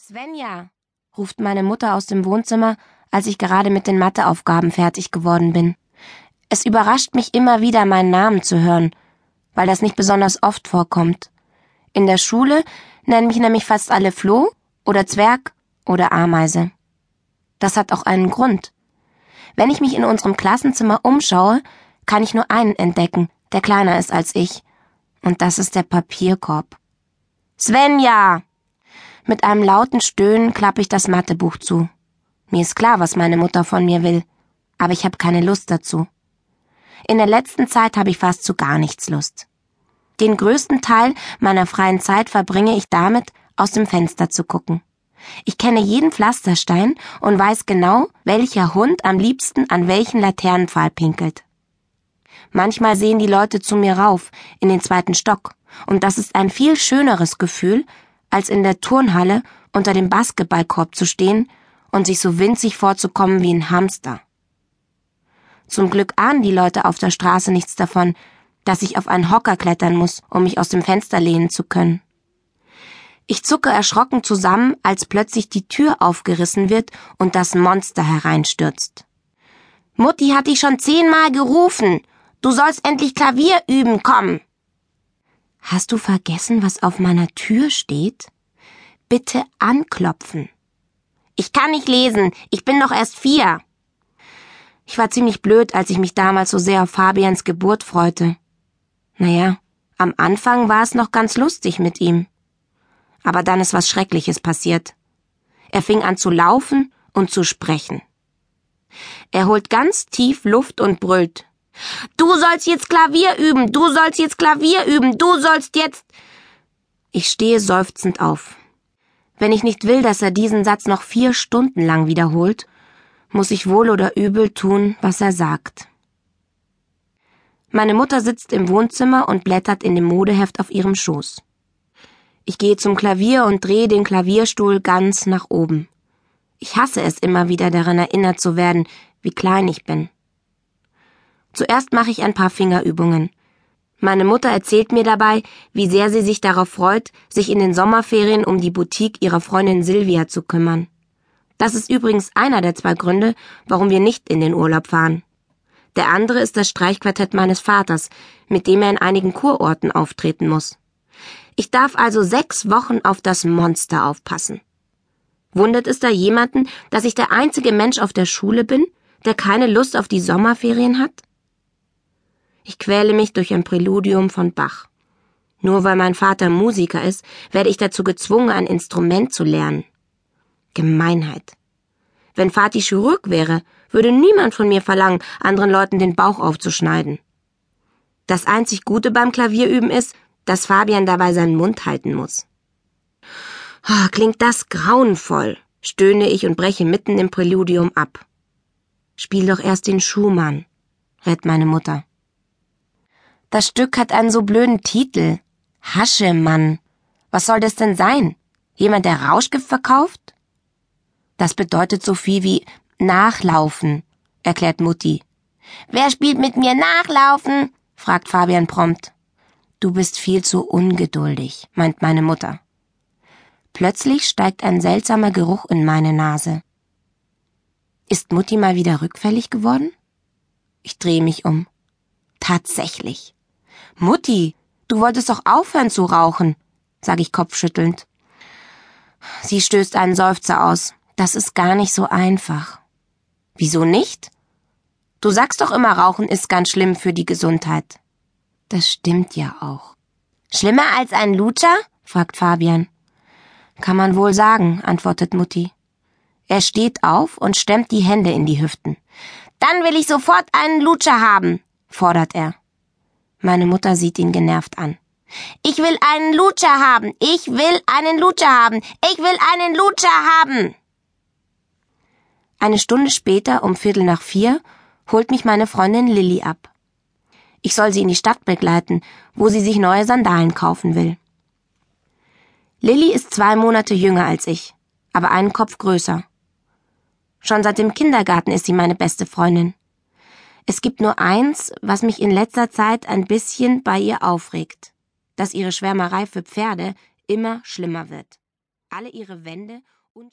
Svenja, ruft meine Mutter aus dem Wohnzimmer, als ich gerade mit den Matheaufgaben fertig geworden bin. Es überrascht mich immer wieder, meinen Namen zu hören, weil das nicht besonders oft vorkommt. In der Schule nennen mich nämlich fast alle Flo oder Zwerg oder Ameise. Das hat auch einen Grund. Wenn ich mich in unserem Klassenzimmer umschaue, kann ich nur einen entdecken, der kleiner ist als ich. Und das ist der Papierkorb. Svenja! Mit einem lauten Stöhnen klappe ich das Mathebuch zu. Mir ist klar, was meine Mutter von mir will, aber ich habe keine Lust dazu. In der letzten Zeit habe ich fast zu gar nichts Lust. Den größten Teil meiner freien Zeit verbringe ich damit, aus dem Fenster zu gucken. Ich kenne jeden Pflasterstein und weiß genau, welcher Hund am liebsten an welchen Laternenpfahl pinkelt. Manchmal sehen die Leute zu mir rauf, in den 2. Stock, und das ist ein viel schöneres Gefühl, als in der Turnhalle unter dem Basketballkorb zu stehen und sich so winzig vorzukommen wie ein Hamster. Zum Glück ahnen die Leute auf der Straße nichts davon, dass ich auf einen Hocker klettern muss, um mich aus dem Fenster lehnen zu können. Ich zucke erschrocken zusammen, als plötzlich die Tür aufgerissen wird und das Monster hereinstürzt. »Mutti hat dich schon 10-mal gerufen. Du sollst endlich Klavier üben, komm!« »Hast du vergessen, was auf meiner Tür steht? Bitte anklopfen.« »Ich kann nicht lesen, ich bin doch erst 4. Ich war ziemlich blöd, als ich mich damals so sehr auf Fabians Geburt freute. Naja, am Anfang war es noch ganz lustig mit ihm. Aber dann ist was Schreckliches passiert. Er fing an zu laufen und zu sprechen. Er holt ganz tief Luft und brüllt. »Du sollst jetzt Klavier üben, du sollst jetzt Klavier üben, du sollst jetzt...« Ich stehe seufzend auf. Wenn ich nicht will, dass er diesen Satz noch 4 Stunden lang wiederholt, muss ich wohl oder übel tun, was er sagt. Meine Mutter sitzt im Wohnzimmer und blättert in dem Modeheft auf ihrem Schoß. Ich gehe zum Klavier und drehe den Klavierstuhl ganz nach oben. Ich hasse es immer wieder, daran erinnert zu werden, wie klein ich bin. Zuerst mache ich ein paar Fingerübungen. Meine Mutter erzählt mir dabei, wie sehr sie sich darauf freut, sich in den Sommerferien um die Boutique ihrer Freundin Silvia zu kümmern. Das ist übrigens einer der 2 Gründe, warum wir nicht in den Urlaub fahren. Der andere ist das Streichquartett meines Vaters, mit dem er in einigen Kurorten auftreten muss. Ich darf also 6 Wochen auf das Monster aufpassen. Wundert es da jemanden, dass ich der einzige Mensch auf der Schule bin, der keine Lust auf die Sommerferien hat? Ich quäle mich durch ein Präludium von Bach. Nur weil mein Vater Musiker ist, werde ich dazu gezwungen, ein Instrument zu lernen. Gemeinheit. Wenn Vati Chirurg wäre, würde niemand von mir verlangen, anderen Leuten den Bauch aufzuschneiden. Das einzig Gute beim Klavierüben ist, dass Fabian dabei seinen Mund halten muss. Oh, klingt das grauenvoll, stöhne ich und breche mitten im Präludium ab. Spiel doch erst den Schumann, rät meine Mutter. Das Stück hat einen so blöden Titel. Haschemann. Was soll das denn sein? Jemand, der Rauschgift verkauft? Das bedeutet so viel wie Nachlaufen, erklärt Mutti. Wer spielt mit mir Nachlaufen? Fragt Fabian prompt. Du bist viel zu ungeduldig, meint meine Mutter. Plötzlich steigt ein seltsamer Geruch in meine Nase. Ist Mutti mal wieder rückfällig geworden? Ich drehe mich um. Tatsächlich. Mutti, du wolltest doch aufhören zu rauchen, sage ich kopfschüttelnd. Sie stößt einen Seufzer aus. Das ist gar nicht so einfach. Wieso nicht? Du sagst doch immer, Rauchen ist ganz schlimm für die Gesundheit. Das stimmt ja auch. Schlimmer als ein Lutscher? Fragt Fabian. Kann man wohl sagen, antwortet Mutti. Er steht auf und stemmt die Hände in die Hüften. Dann will ich sofort einen Lutscher haben, fordert er. Meine Mutter sieht ihn genervt an. Ich will einen Lutscher haben, ich will einen Lutscher haben, ich will einen Lutscher haben. Eine Stunde später, um 3:15, holt mich meine Freundin Lilly ab. Ich soll sie in die Stadt begleiten, wo sie sich neue Sandalen kaufen will. Lilly ist 2 Monate jünger als ich, aber einen Kopf größer. Schon seit dem Kindergarten ist sie meine beste Freundin. Es gibt nur eins, was mich in letzter Zeit ein bisschen bei ihr aufregt, dass ihre Schwärmerei für Pferde immer schlimmer wird. Alle ihre Wände und